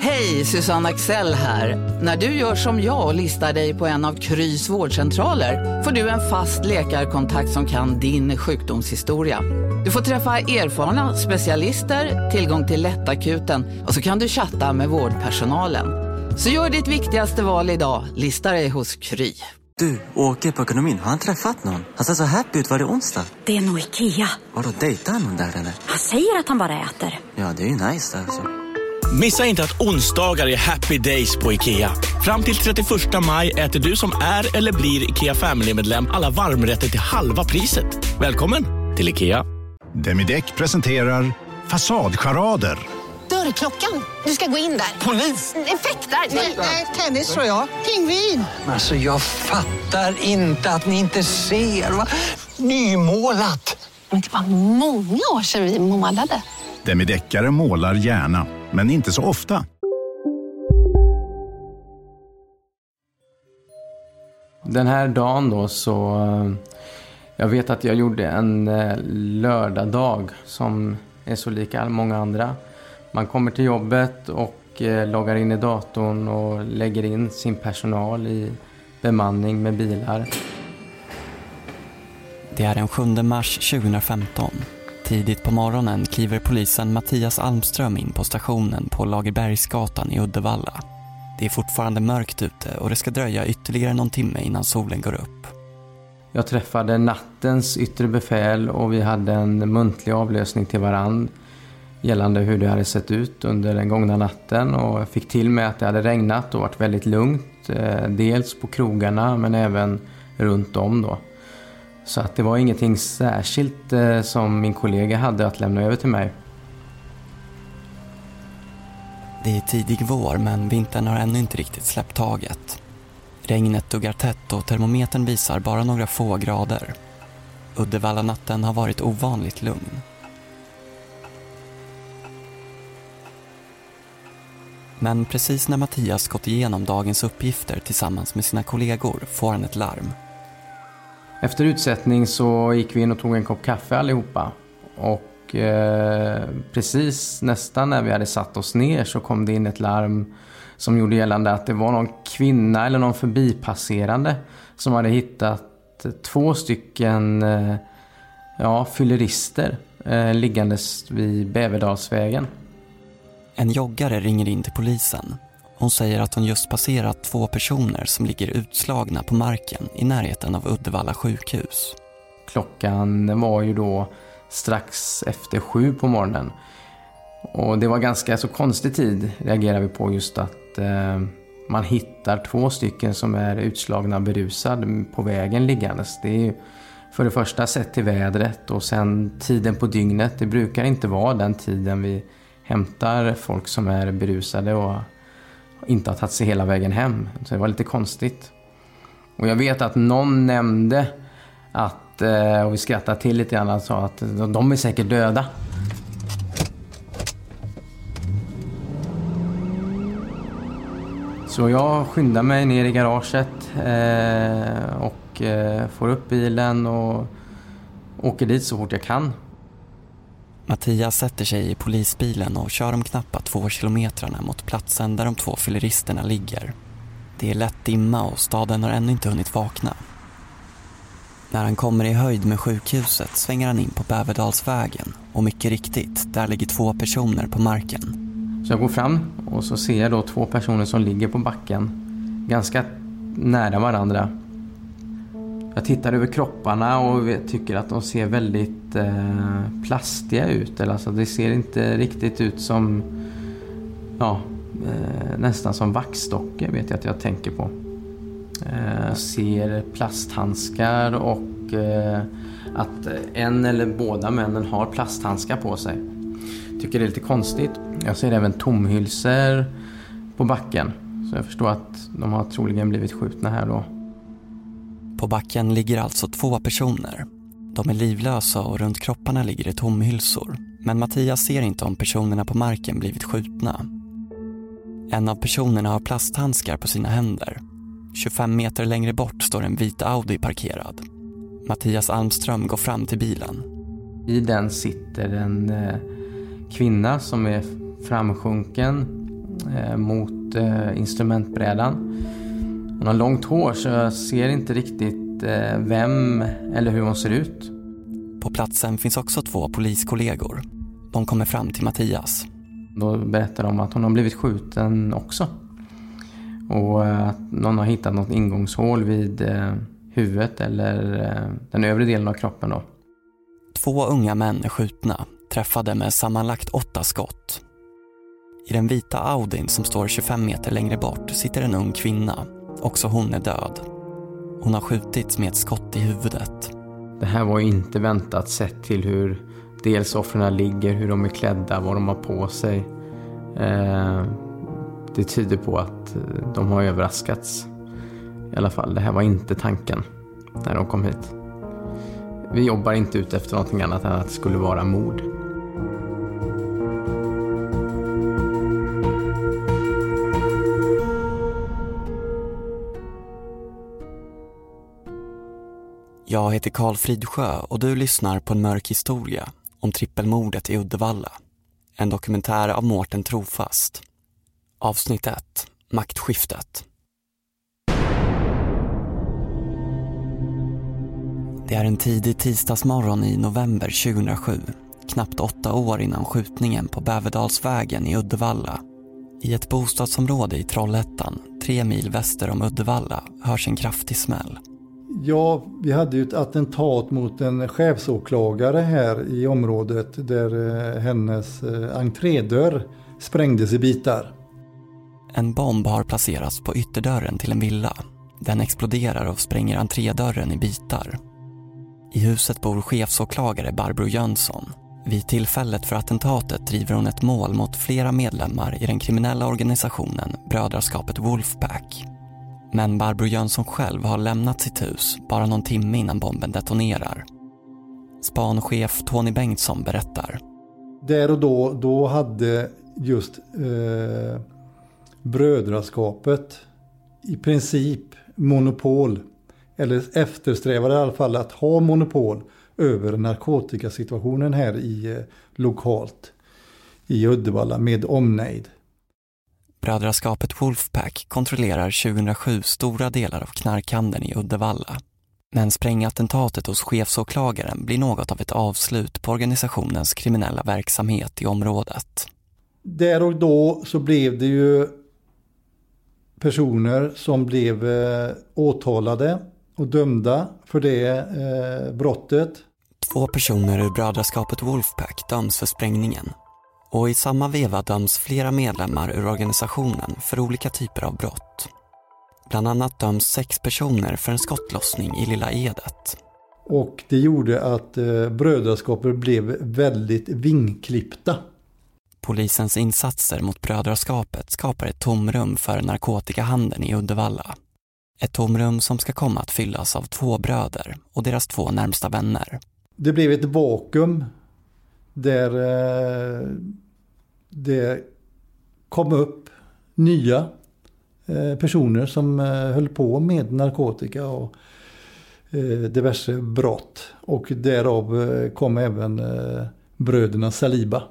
Hej, Susanne Axel här. När du gör som jag och listar dig på en av Krys vårdcentraler får du en fast läkarkontakt som kan din sjukdomshistoria. Du får träffa erfarna specialister, tillgång till lättakuten och så kan du chatta med vårdpersonalen. Så gör ditt viktigaste val idag, listar dig hos Kry. Du, åker på ekonomin. Har han träffat någon? Han ser så happy ut. Var det onsdag? Det är nog Ikea. Vadå, dejtar han någon där eller? Han säger att han bara äter. Ja, det är ju nice alltså. Missa inte att onsdagar är happy days på Ikea. Fram till 31 maj äter du som är eller blir Ikea Family-medlem alla varmrätter till halva priset. Välkommen till Ikea. Demideck presenterar Fasadcharader. Dörrklockan. Du ska gå in där. Polis? Effektar? Nej, tennis tror jag. Pingvin. Alltså jag fattar inte att ni inte ser. Va? Nymålat. Men det var många år sedan vi målade. Demideckare målar gärna, men inte så ofta. Den här dagen då så... Jag vet att jag gjorde en lördagdag som är så lika många andra. Man kommer till jobbet och loggar in i datorn och lägger in sin personal i bemanning med bilar. Det är den 7 mars 2015. Tidigt på morgonen kliver polisen Mattias Almström in på stationen på Lagerbergsgatan i Uddevalla. Det är fortfarande mörkt ute och det ska dröja ytterligare någon timme innan solen går upp. Jag träffade nattens yttre befäl och vi hade en muntlig avlösning till varann gällande hur det hade sett ut under den gångna natten, och jag fick till med att det hade regnat och varit väldigt lugnt, dels på krogarna men även runt om då. Så att det var ingenting särskilt som min kollega hade att lämna över till mig. Det är tidig vår men vintern har ännu inte riktigt släppt taget. Regnet duggar tätt och termometern visar bara några få grader. Uddevalla-natten har varit ovanligt lugn. Men precis när Mattias gått igenom dagens uppgifter tillsammans med sina kollegor får han ett larm. Efter utsättning så gick vi in och tog en kopp kaffe allihopa. Och precis nästan när vi hade satt oss ner så kom det in ett larm som gjorde gällande att det var någon kvinna eller någon förbipasserande som hade hittat 2 stycken fyllerister liggandes vid Bäverdalsvägen. En joggare ringer in till polisen. Hon säger att hon just passerat 2 personer som ligger utslagna på marken i närheten av Uddevalla sjukhus. Klockan var ju då strax efter 7 på morgonen. Och det var ganska så konstig tid, reagerar vi på, just att man hittar 2 stycken som är utslagna berusade på vägen liggandes. Det är ju för det första sett till vädret och sen tiden på dygnet. Det brukar inte vara den tiden vi hämtar folk som är berusade och inte har tagit sig hela vägen hem. Så det var lite konstigt. Och jag vet att någon nämnde att, och vi skrattade till lite grann, och sa att de är säkert döda. Så jag skyndar mig ner i garaget och får upp bilen och åker dit så fort jag kan. Mattias sätter sig i polisbilen och kör de knappa 2 kilometrarna mot platsen där de 2 fylleristerna ligger. Det är lätt dimma och staden har ännu inte hunnit vakna. När han kommer i höjd med sjukhuset svänger han in på Bäverdalsvägen och mycket riktigt, där ligger 2 personer på marken. Så jag går fram och så ser jag då 2 personer som ligger på backen ganska nära varandra. Jag tittar över kropparna och tycker att de ser väldigt plastiga ut. Alltså det ser inte riktigt ut som nästan som vaxdockor, vet jag att jag tänker på. Jag ser plasthandskar och att en eller båda männen har plasthandskar på sig. Tycker det är lite konstigt. Jag ser även tomhylsor på backen. Så jag förstår att de har troligen blivit skjutna här då. På backen ligger alltså 2 personer. De är livlösa och runt kropparna ligger det tomhylsor. Men Mattias ser inte om personerna på marken blivit skjutna. En av personerna har plasthandskar på sina händer. 25 meter längre bort står en vit Audi parkerad. Mattias Almström går fram till bilen. I den sitter en kvinna som är framsjunken mot instrumentbrädan. Hon har långt hår så jag ser inte riktigt vem eller hur hon ser ut. På platsen finns också 2 poliskollegor. De kommer fram till Mattias. Då berättar de att hon har blivit skjuten också. Och att någon har hittat något ingångshål vid huvudet eller den övre delen av kroppen då. 2 unga män är skjutna, träffade med sammanlagt 8 skott. I den vita Audin som står 25 meter längre bort sitter en ung kvinna. Också hon är död. Hon har skjutits med ett skott i huvudet. Det här var inte väntat sett till hur dels offren ligger, hur de är klädda, vad de har på sig. Det tyder på att de har överraskats. I alla fall, det här var inte tanken när de kom hit. Vi jobbar inte ut efter någonting annat än att det skulle vara mord. Jag heter Karl Fridsjö och du lyssnar på en mörk historia om trippelmordet i Uddevalla. En dokumentär av Mårten Trofast. Avsnitt 1. Maktskiftet. Det är en tidig tisdagsmorgon i november 2007. Knappt 8 år innan skjutningen på Bäverdalsvägen i Uddevalla. I ett bostadsområde i Trollhättan, 3 mil väster om Uddevalla, hörs en kraftig smäll. Ja, vi hade ju ett attentat mot en chefsåklagare här i området där hennes entrédörr sprängdes i bitar. En bomb har placerats på ytterdörren till en villa. Den exploderar och spränger entrédörren i bitar. I huset bor chefsåklagare Barbro Jönsson. Vid tillfället för attentatet driver hon ett mål mot flera medlemmar i den kriminella organisationen Brödraskapet Wolfpack. Men Barbro Jönsson själv har lämnat sitt hus bara någon timme innan bomben detonerar. Spanchef Tony Bengtsson berättar. Där och då hade just Brödraskapet i princip monopol, eller eftersträvade i alla fall att ha monopol över narkotikasituationen här lokalt i Uddevalla med omnejd. Brödraskapet Wolfpack kontrollerar 2007 stora delar av knarkhandeln i Uddevalla. Men sprängattentatet hos chefsåklagaren blir något av ett avslut på organisationens kriminella verksamhet i området. Där och då så blev det ju personer som blev åtalade och dömda för det brottet. 2 personer ur Brödraskapet Wolfpack döms för sprängningen. Och i samma veva döms flera medlemmar ur organisationen för olika typer av brott. Bland annat döms 6 personer för en skottlossning i Lilla Edet. Och det gjorde att brödraskapet blev väldigt vingklippta. Polisens insatser mot brödraskapet skapar ett tomrum för narkotikahandeln i Uddevalla. Ett tomrum som ska komma att fyllas av 2 bröder och deras 2 närmsta vänner. Det blev ett vakuum där det kom upp nya personer som höll på med narkotika och diverse brott. Och därav kom även bröderna Saliba.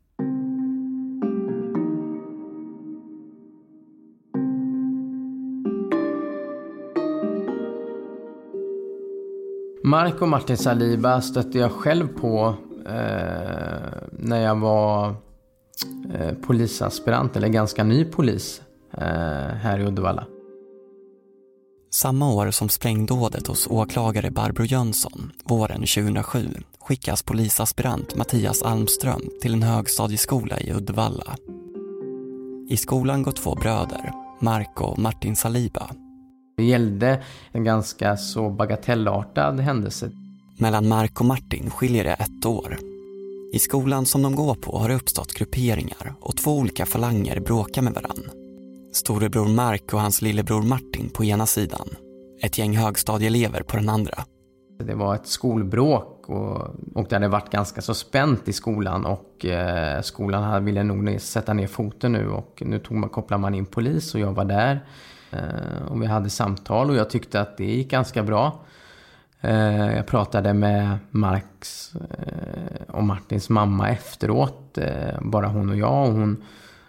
Mark och Martin Saliba stötte jag själv på när jag var polisaspirant, eller ganska ny polis här i Uddevalla. Samma år som sprängdådet hos åklagare Barbro Jönsson, våren 2007, skickas polisaspirant Mattias Almström till en högstadieskola i Uddevalla. I skolan går 2 bröder, Mark och Martin Saliba. Det gällde en ganska så bagatellartad händelse. Mellan Mark och Martin skiljer det 1 år. I skolan som de går på har det uppstått grupperingar och 2 olika falanger bråkar med varann. Storebror Mark och hans lillebror Martin på ena sidan. Ett gäng högstadieelever på den andra. Det var ett skolbråk och det hade varit ganska så spänt i skolan. Och skolan ville nog sätta ner foten nu. Och nu kopplade man in polis och jag var där. Och vi hade samtal och jag tyckte att det gick ganska bra. Jag pratade med Marks och Martins mamma efteråt. Bara hon och jag. Och hon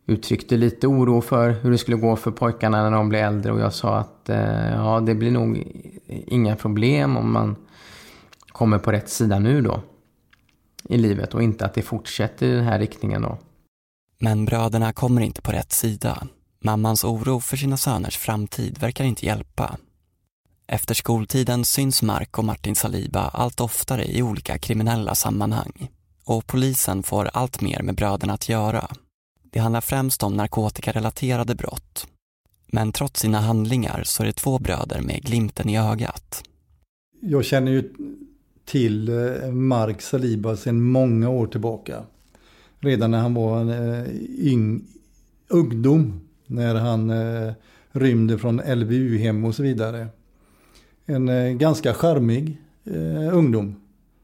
uttryckte lite oro för hur det skulle gå för pojkarna när de blev äldre, och jag sa att det blir nog inga problem om man kommer på rätt sida nu då i livet, och inte att det fortsätter i den här riktningen då. Men bröderna kommer inte på rätt sida. Mammans oro för sina söners framtid verkar inte hjälpa. Efter skoltiden syns Mark och Martin Saliba allt oftare i olika kriminella sammanhang, och polisen får allt mer med bröderna att göra. Det handlar främst om narkotikarelaterade brott. Men trots sina handlingar så är det 2 bröder med glimten i ögat. Jag känner ju till Mark Saliba sedan många år tillbaka. Redan när han var en ungdom, när han rymde från LVU-hem och så vidare. En ganska charmig ungdom.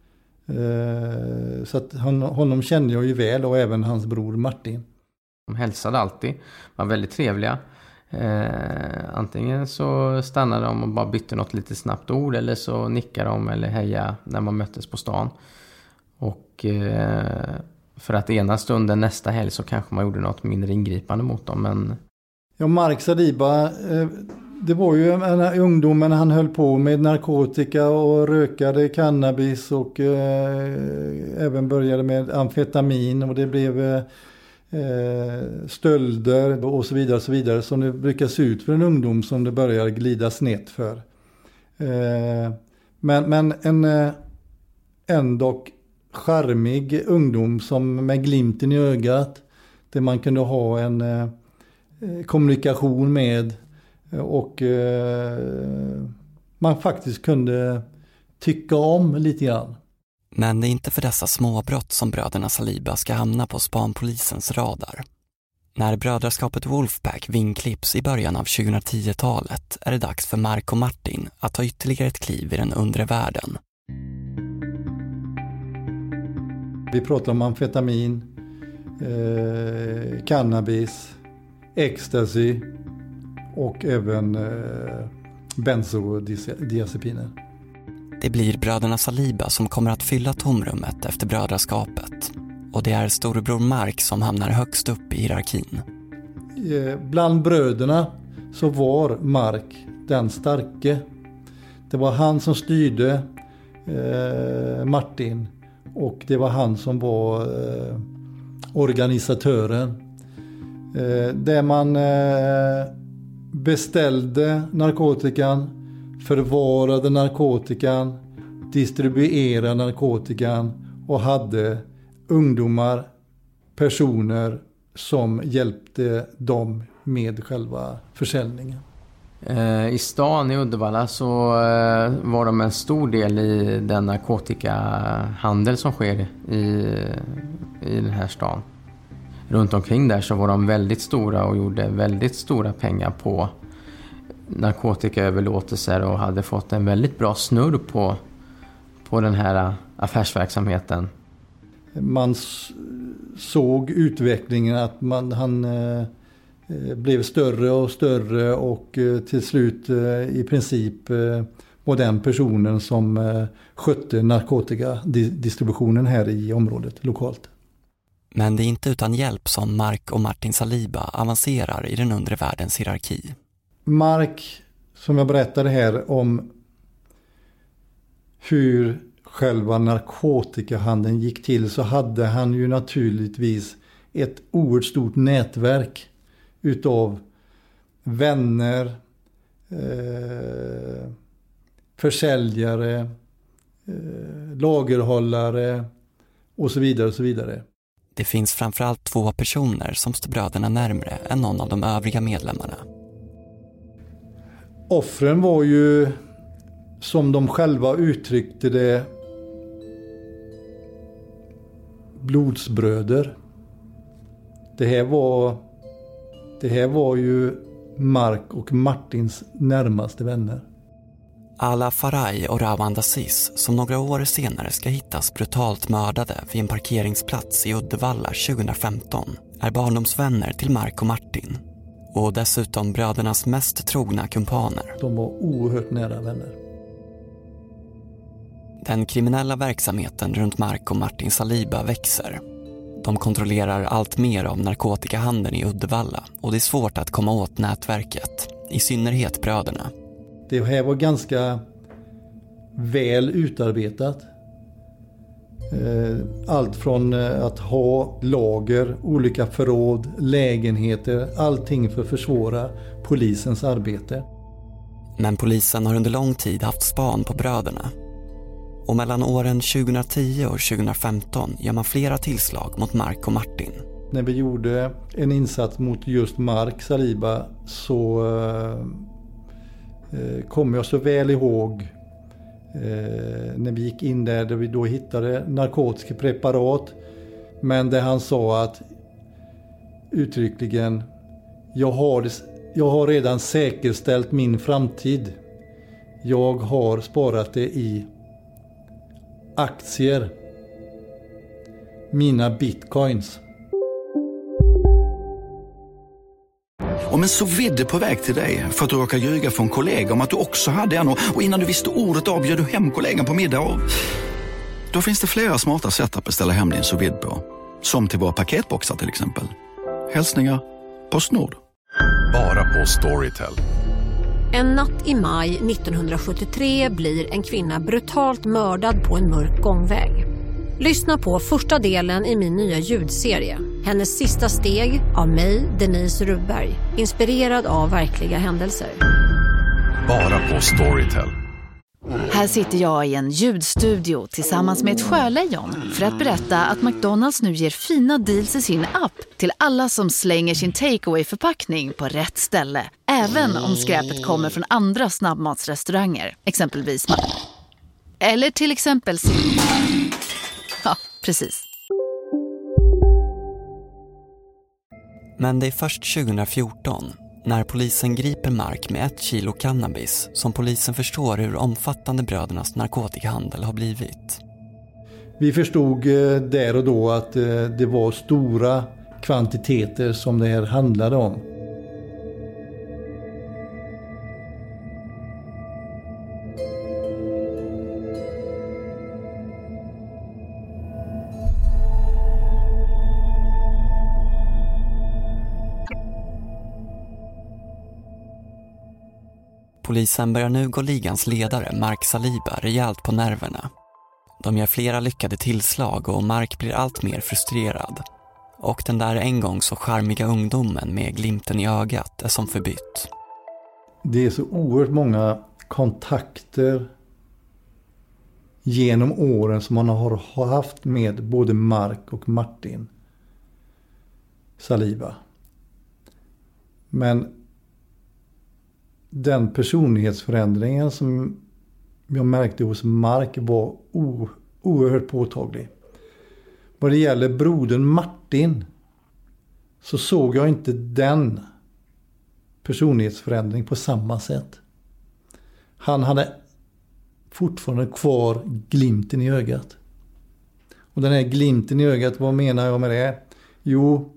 Så att honom kände jag ju väl, och även hans bror Martin. De hälsade alltid, var väldigt trevliga. Antingen så stannade de och bara bytte något lite snabbt ord, eller så nickade de eller heja när man möttes på stan. Och för att ena stunden nästa helg så kanske man gjorde något mindre ingripande mot dem. Men... Ja, Mark Saliba, det var ju en ungdomen, han höll på med narkotika och rökade cannabis, och även började med amfetamin, och det blev stölder och så vidare, som det brukar se ut för en ungdom som det börjar glida snett för. Men en ändå charmig ungdom som med glimten i ögat, där man kunde ha en kommunikation med, och man faktiskt kunde tycka om lite grann. Men det är inte för dessa småbrott som bröderna Saliba ska hamna på spanpolisens radar. När brödraskapet Wolfpack vinklipps i början av 2010-talet är det dags för Mark och Martin att ta ytterligare ett kliv i den undre världen. Vi pratar om amfetamin, cannabis, ecstasy och även benzodiazepiner. Det blir bröderna Saliba som kommer att fylla tomrummet efter brödraskapet. Och det är storebror Mark som hamnar högst upp i hierarkin. Bland bröderna så var Mark den starke. Det var han som styrde Martin, och det var han som var organisatören. Där man beställde narkotikan, förvarade narkotikan, distribuerade narkotikan och hade ungdomar, personer som hjälpte dem med själva försäljningen. I stan i Uddevalla så var de en stor del i den narkotikahandel som sker i den här stan. Runt omkring där så var de väldigt stora och gjorde väldigt stora pengar på narkotikaöverlåtelser, och hade fått en väldigt bra snurr på den här affärsverksamheten. Man såg utvecklingen, att han blev större och större, och till slut i princip var den personen som skötte narkotikadistributionen här i området lokalt. Men det är inte utan hjälp som Mark och Martin Saliba avancerar i den undre världens hierarki. Mark, som jag berättade här om hur själva narkotikahandeln gick till, så hade han ju naturligtvis ett oerhört stort nätverk utav vänner, försäljare, lagerhållare och så vidare och så vidare. Det finns framförallt 2 personer som står bröderna närmare än någon av de övriga medlemmarna. Offren var ju, som de själva uttryckte det, blodsbröder. Det här var ju Mark och Martins närmaste vänner. Ala Faraj och Rawan Aziz, som några år senare ska hittas brutalt mördade vid en parkeringsplats i Uddevalla 2015, är barndomsvänner till Mark och Martin. Och dessutom brödernas mest trogna kumpaner. De var oerhört nära vänner. Den kriminella verksamheten runt Mark och Martin Saliba växer. De kontrollerar allt mer av narkotikahandeln i Uddevalla och det är svårt att komma åt nätverket, i synnerhet bröderna. Det här var ganska väl utarbetat. Allt från att ha lager, olika förråd, lägenheter, allting för att försvåra polisens arbete. Men polisen har under lång tid haft span på bröderna. Och mellan åren 2010 och 2015 gör man flera tillslag mot Mark och Martin. När vi gjorde en insats mot just Mark Saliba så kom jag så väl ihåg när vi gick in där vi då hittade narkotiska preparat. Men där han sa att uttryckligen jag har redan säkerställt min framtid. Jag har sparat det i aktier. Mina bitcoins. Om en sous-vide på väg till dig för att du råkar ljuga för en kollega om att du också hade en och innan du visste ordet av bjöd du hem kollegan på middag och... Då finns det flera smarta sätt att beställa hem din sous-vide på. Som till våra paketboxar till exempel. Hälsningar PostNord. Bara på Storytel. En natt i maj 1973 blir en kvinna brutalt mördad på en mörk gångväg. Lyssna på första delen i min nya ljudserie. Hennes sista steg av mig, Denise Rubberg. Inspirerad av verkliga händelser. Bara på Storytel. Här sitter jag i en ljudstudio tillsammans med ett sjölejon för att berätta att McDonald's nu ger fina deals i sin app till alla som slänger sin takeaway-förpackning på rätt ställe. Även om skräpet kommer från andra snabbmatsrestauranger, exempelvis eller till exempel ja, precis. Men det är först 2014, när polisen griper Mark med 1 kilo cannabis, som polisen förstår hur omfattande brödernas narkotikahandel har blivit. Vi förstod där och då att det var stora kvantiteter som det här handlade om. Polisen börjar nu gå ligans ledare, Mark Saliba, rejält på nerverna. De gör flera lyckade tillslag och Mark blir allt mer frustrerad. Och den där en gång så charmiga ungdomen med glimten i ögat är som förbytt. Det är så oerhört många kontakter genom åren som man har haft med både Mark och Martin Saliba. Men den personlighetsförändringen som jag märkte hos Mark var oerhört påtaglig. Vad det gäller brodern Martin så såg jag inte den personlighetsförändring på samma sätt. Han hade fortfarande kvar glimten i ögat. Och den här glimten i ögat, vad menar jag med det? Jo,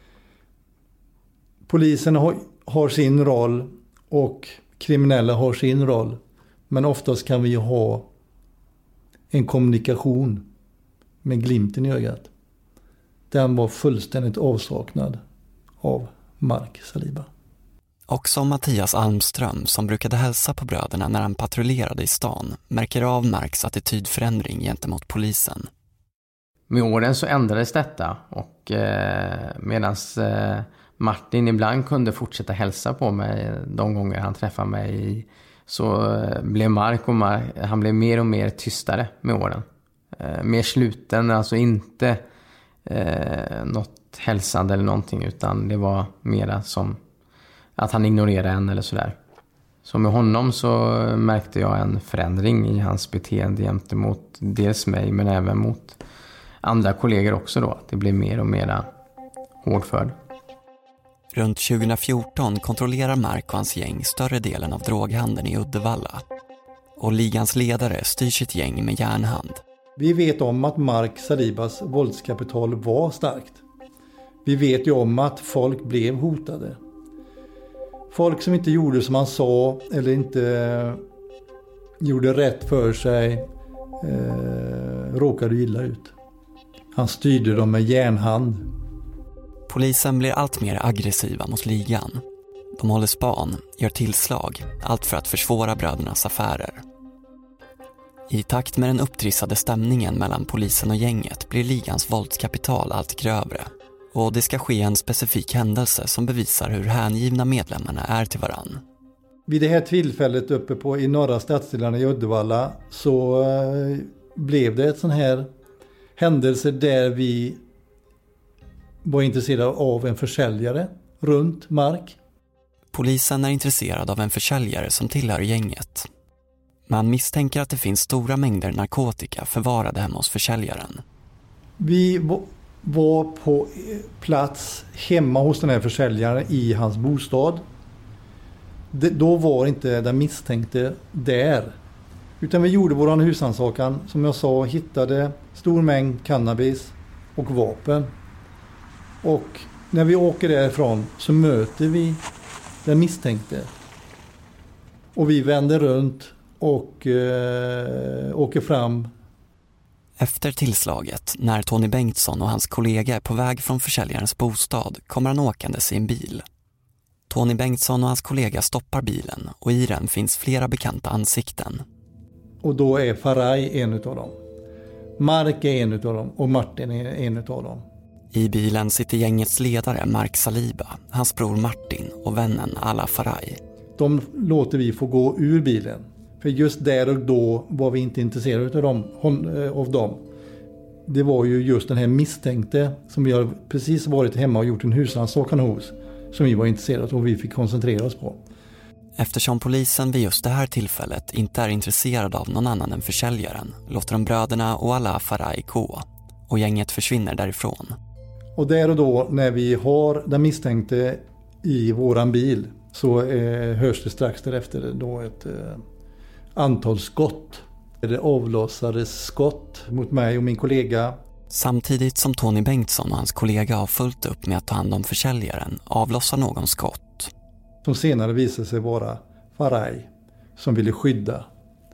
polisen har sin roll och kriminella har sin roll. Men oftast kan vi ha en kommunikation med glimten i ögat. Den var fullständigt avsaknad av Mark Saliba. Också Mattias Almström, som brukade hälsa på bröderna när han patrullerade i stan, märker av Marks attitydförändring gentemot polisen. Med åren så ändrades detta och medan Martin ibland kunde fortsätta hälsa på mig de gånger han träffade mig så blev han blev mer och mer tystare med åren. Mer sluten, alltså inte något hälsande eller någonting, utan det var mera som att han ignorerade en eller sådär. Så med honom så märkte jag en förändring i hans beteende gentemot dels mig men även mot andra kollegor också då. Det blev mer och mer hårdförd. Runt 2014 kontrollerar Mark och hans gäng större delen av droghandeln i Uddevalla. Och ligans ledare styr sitt gäng med järnhand. Vi vet om att Mark Salibas våldskapital var starkt. Vi vet ju om att folk blev hotade. Folk som inte gjorde som han sa eller inte gjorde rätt för sig råkade illa ut. Han styrde dem med järnhand. Polisen blir allt mer aggressiva mot ligan. De håller span, gör tillslag, allt för att försvåra brödernas affärer. I takt med den upptrissade stämningen mellan polisen och gänget blir ligans våldskapital allt grövre. Och det ska ske en specifik händelse som bevisar hur hängivna medlemmarna är till varann. Vid det här tillfället uppe i norra stadsdelarna i Uddevalla så blev det ett sån här händelse där vi var intresserade av en försäljare runt mark. Polisen är intresserad av en försäljare som tillhör gänget. Man misstänker att det finns stora mängder narkotika förvarade hemma hos försäljaren. Vi var på plats hemma hos den här försäljaren i hans bostad. Då var inte den misstänkte där. Utan vi gjorde våran husrannsakan. Som jag sa, hittade stor mängd cannabis och vapen. Och när vi åker därifrån så möter vi den misstänkte. Och vi vänder runt och åker fram. Efter tillslaget, när Tony Bengtsson och hans kollega är på väg från försäljarens bostad, kommer han åkandes i en bil. Tony Bengtsson och hans kollega stoppar bilen och i den finns flera bekanta ansikten. Och då är Faraj en utav dem. Mark är en utav dem och Martin är en utav dem. I bilen sitter gängets ledare Mark Saliba, hans bror Martin och vännen Ala Faraj. De låter vi få gå ur bilen. För just där och då var vi inte intresserade av dem. Det var ju just den här misstänkte som vi har precis varit hemma och gjort en husrannsakan hos. Som vi var intresserade och vi fick koncentrera oss på. Eftersom polisen vid just det här tillfället inte är intresserad av någon annan än försäljaren låter de bröderna och Ala Faraj gå. Och gänget försvinner därifrån. Och där och då när vi har den misstänkte i våran bil så hörs det strax därefter då ett antal skott. Det avlossades skott mot mig och min kollega. Samtidigt som Tony Bengtsson och hans kollega har fullt upp med att ta hand om försäljaren avlossar någon skott. Som senare visade sig vara Faraj som ville skydda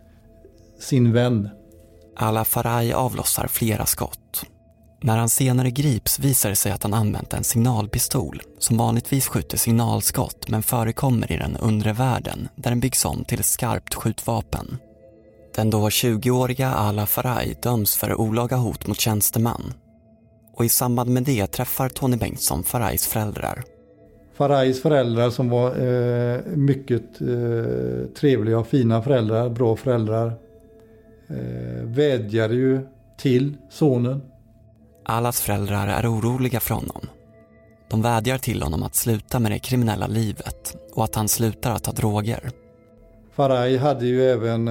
sin vän. Ala Faraj avlossar flera skott. När han senare grips visar det sig att han använt en signalpistol som vanligtvis skjuter signalskott men förekommer i den undre världen där den byggs om till ett skarpt skjutvapen. Den då 20-åriga Ala Faraj döms för olaga hot mot tjänsteman. Och i samband med det träffar Tony Bengtsson Farajs föräldrar. Farajs föräldrar som var mycket trevliga och fina föräldrar, bra föräldrar, vädjade ju till sonen. Alas föräldrar är oroliga för honom. De vädjar till honom att sluta med det kriminella livet och att han slutar att ta droger. Faraj hade ju även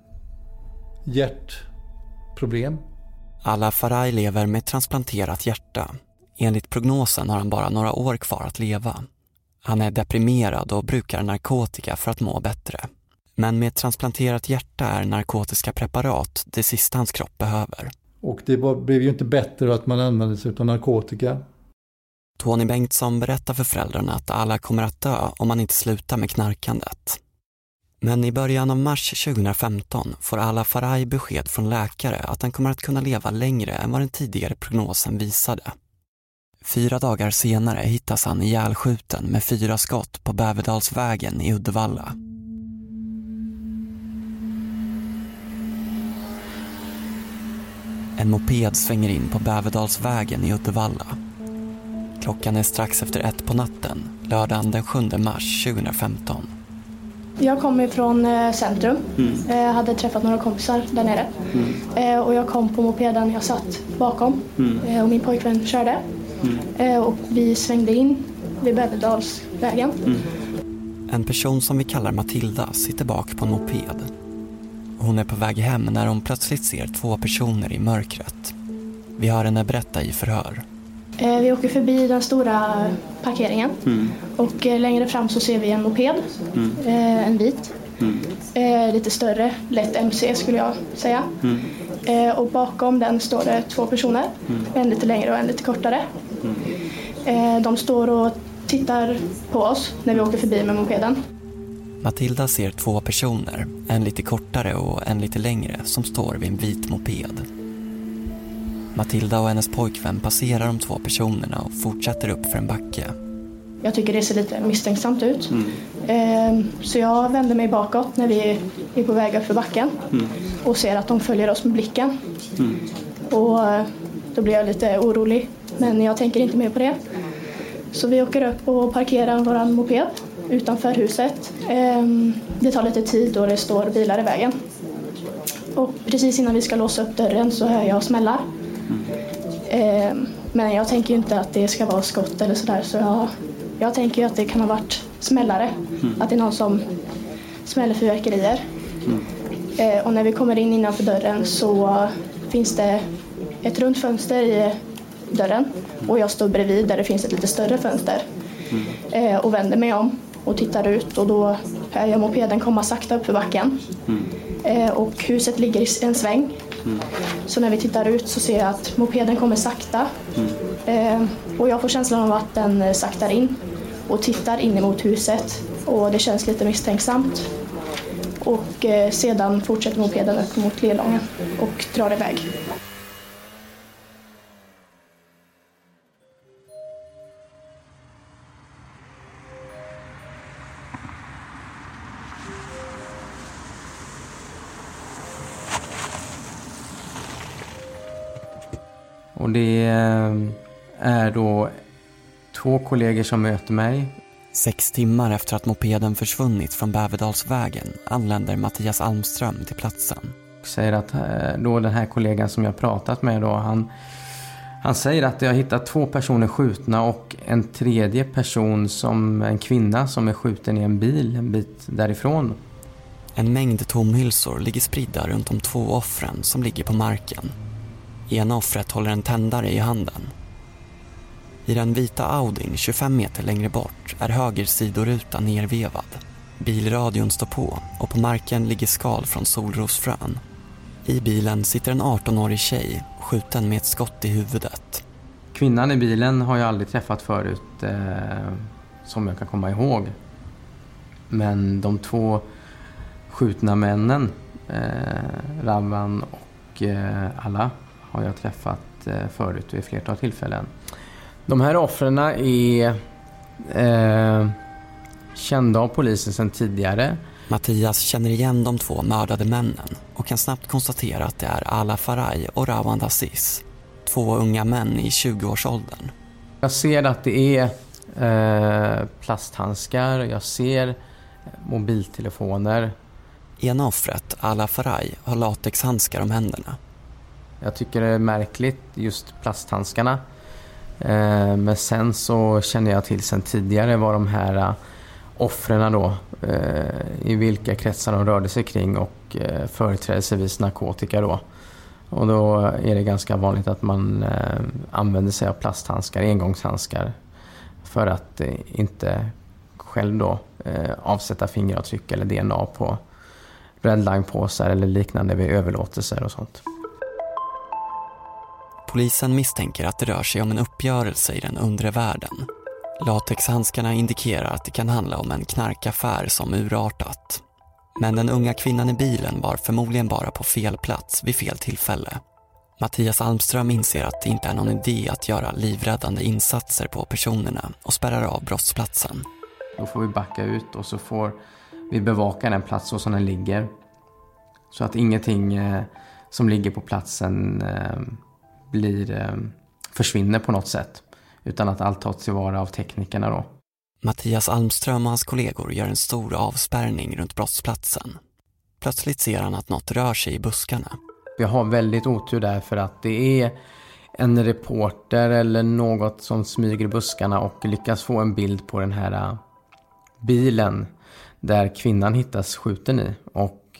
hjärtproblem. Ala Faraj lever med transplanterat hjärta. Enligt prognosen har han bara några år kvar att leva. Han är deprimerad och brukar narkotika för att må bättre. Men med transplanterat hjärta är narkotiska preparat det sista hans kropp behöver. Och det blev ju inte bättre att man använde sig av narkotika. Tony Bengtsson berättar för föräldrarna att alla kommer att dö om man inte slutar med knarkandet. Men i början av mars 2015 får Ala Faraj besked från läkare att han kommer att kunna leva längre än vad den tidigare prognosen visade. 4 dagar senare hittas han ihjälskjuten med 4 skott på Bäverdalsvägen i Uddevalla. En moped svänger in på Bäverdalsvägen i Uddevalla. Klockan är strax efter 1 på natten, lördagen den 7 mars 2015. Jag kommer från centrum. Jag hade träffat några kompisar där nere. Och jag kom på mopeden, jag satt bakom. Och min pojkvän körde. Och vi svängde in vid Bäverdalsvägen. En person som vi kallar Matilda sitter bak på en moped. Hon är på väg hem när hon plötsligt ser 2 personer i mörkret. Vi hör henne berätta i förhör. Vi åker förbi den stora parkeringen. Och längre fram så ser vi en moped. En vit. Lite större, lätt MC skulle jag säga. Och bakom den står det 2 personer. En lite längre och en lite kortare. De står och tittar på oss när vi åker förbi med mopeden. Matilda ser 2 personer, en lite kortare och en lite längre, som står vid en vit moped. Matilda och hennes pojkvän passerar de 2 personerna och fortsätter upp för en backe. Jag tycker det ser lite misstänksamt ut. Så jag vänder mig bakåt när vi är på väg upp för backen och ser att de följer oss med blicken. Och då blir jag lite orolig, men jag tänker inte mer på det. Så vi åker upp och parkerar vår moped utanför huset. Det tar lite tid och det står bilar i vägen. Och precis innan vi ska låsa upp dörren så hör jag smällar. Men jag tänker ju inte att det ska vara skott eller sådär, så jag tänker ju att det kan ha varit smällare. Att det är någon som smäller fyrverkerier. Och när vi kommer in innanför dörren så finns det ett runt fönster i dörren. Och jag står bredvid där det finns ett lite större fönster. Och vänder mig om och tittar ut, och då hör jag mopeden komma sakta upp för backen. Och huset ligger i en sväng. Så när vi tittar ut så ser jag att mopeden kommer sakta. Och jag får känslan av att den saktar in och tittar in emot huset. Och det känns lite misstänksamt. Och sedan fortsätter mopeden upp mot Lelången och drar iväg. Och det är då 2 kollegor som möter mig. 6 timmar efter att mopeden försvunnit från Bäverdalsvägen anländer Mattias Almström till platsen. Säger att då den här kollegan som jag pratat med då, han säger att jag har hittat 2 personer skjutna och en tredje person, som en kvinna som är skjuten i en bil en bit därifrån. En mängd tomhylsor ligger spridda runt de 2 offren som ligger på marken. Ena offret håller en tändare i handen. I den vita Audin 25 meter längre bort är höger sidorutan nervevad. Bilradion står på och på marken ligger skal från solrosfrön. I bilen sitter en 18-årig tjej skjuten med ett skott i huvudet. Kvinnan i bilen har jag aldrig träffat förut som jag kan komma ihåg. Men de 2 skjutna männen, Ravan och Alla, har jag träffat förut vid flertal tillfällen. De här offren är kända av polisen sedan tidigare. Mattias känner igen de 2 mördade männen och kan snabbt konstatera att det är Ala Faraj och Rawan Aziz, 2 unga män i 20-årsåldern. Jag ser att det är plasthandskar, jag ser mobiltelefoner. Ena offret, Ala Faraj, har latexhandskar om händerna. Jag tycker det är märkligt, just plasthandskarna. Men sen så känner jag till sen tidigare vad de här offren då, i vilka kretsar de rörde sig kring, och företrädelsevis narkotika då. Och då är det ganska vanligt att man använder sig av plasthandskar, engångshandskar, för att inte själv då avsätta fingeravtryck eller DNA på redline-påsar eller liknande vid överlåtelser och sånt. Polisen misstänker att det rör sig om en uppgörelse i den undre världen. Latexhandskarna indikerar att det kan handla om en knarkaffär som urartat. Men den unga kvinnan i bilen var förmodligen bara på fel plats vid fel tillfälle. Mattias Almström inser att det inte är någon idé att göra livräddande insatser på personerna och spärrar av brottsplatsen. Då får vi backa ut och så får vi bevaka den plats så som den ligger. Så att ingenting som ligger på platsen försvinner på något sätt, utan att allt tas tillvara av teknikerna då. Mattias Almström och hans kollegor gör en stor avspärrning runt brottsplatsen. Plötsligt ser han att något rör sig i buskarna. Vi har väldigt otur där, för att det är en reporter eller något som smyger i buskarna och lyckas få en bild på den här bilen där kvinnan hittas skjuten i. Och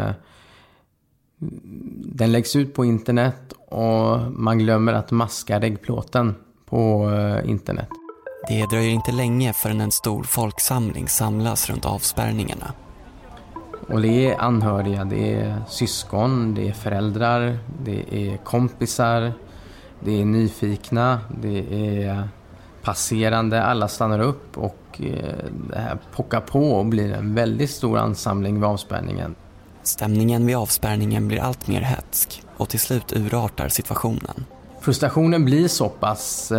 den läggs ut på internet och man glömmer att maska reggplåten på internet. Det dröjer inte länge förrän en stor folksamling samlas runt avspärrningarna. Och det är anhöriga, det är syskon, det är föräldrar, det är kompisar, det är nyfikna, det är passerande. Alla stannar upp och det här pockar på och blir en väldigt stor ansamling vid avspärrningen. Stämningen vid avspärrningen blir allt mer hätsk och till slut urartar situationen. Frustrationen blir så pass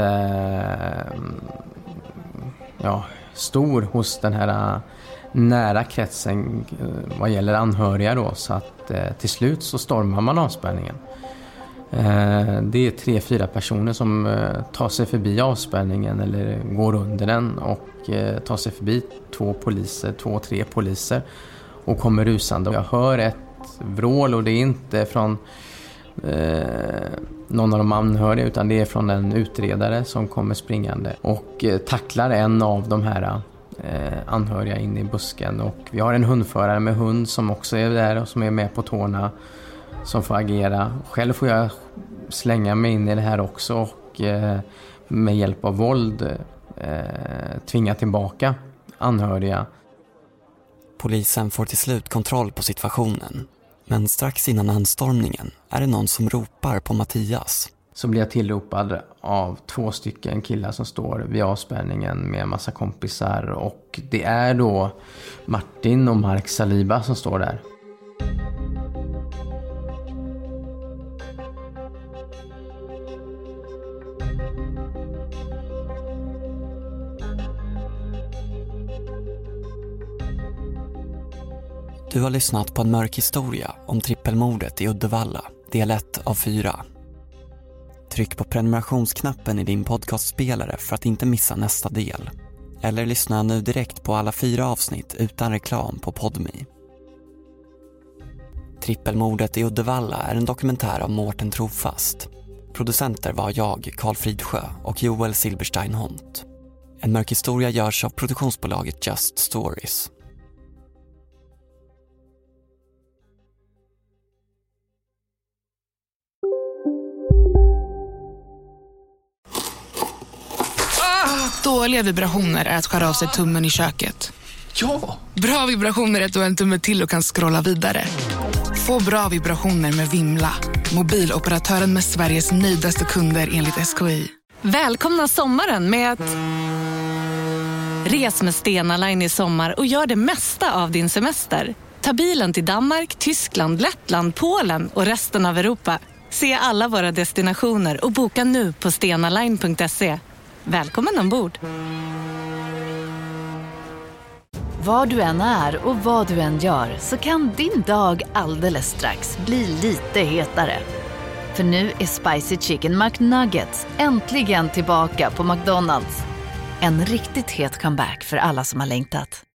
stor hos den här nära kretsen vad gäller anhöriga då, så att till slut så stormar man avspärrningen. Det är 3-4 personer som tar sig förbi avspärrningen eller går under den och tar sig förbi 2-3 poliser och kommer rusande. Jag hör ett vrål och det är inte från någon av de anhöriga utan det är från en utredare som kommer springande och tacklar en av de här anhöriga in i busken. Och vi har en hundförare med hund som också är där och som är med på tårna som får agera. Själv får jag slänga mig in i det här också och med hjälp av våld tvinga tillbaka anhöriga. Polisen får till slut kontroll på situationen. Men strax innan anstormningen är det någon som ropar på Mattias. Så blir jag tillropad av 2 stycken killar som står vid avspärrningen med en massa kompisar. Och det är då Martin och Mark Saliba som står där. Du har lyssnat på en mörk historia om trippelmordet i Uddevalla, del 1 av 4. Tryck på prenumerationsknappen i din podcastspelare för att inte missa nästa del. Eller lyssna nu direkt på alla 4 avsnitt utan reklam på Podme. Trippelmordet i Uddevalla är en dokumentär av Mårten Trofast. Producenter var jag, Carl Fridsjö och Joel Silberstein Hont. En mörk historia görs av produktionsbolaget Just Stories. Dåliga vibrationer är att skära av sig tummen i köket. Ja! Bra vibrationer är att du har en tumme till och kan scrolla vidare. Få bra vibrationer med Vimla. Mobiloperatören med Sveriges nöjdaste kunder enligt SKI. Välkomna sommaren med att... Res med Stena Line i sommar och gör det mesta av din semester. Ta bilen till Danmark, Tyskland, Lettland, Polen och resten av Europa. Se alla våra destinationer och boka nu på stenaline.se. Välkommen ombord. Var du än är och vad du än gör så kan din dag alldeles strax bli lite hetare. För nu är Spicy Chicken McNuggets äntligen tillbaka på McDonald's. En riktigt het comeback för alla som har längtat.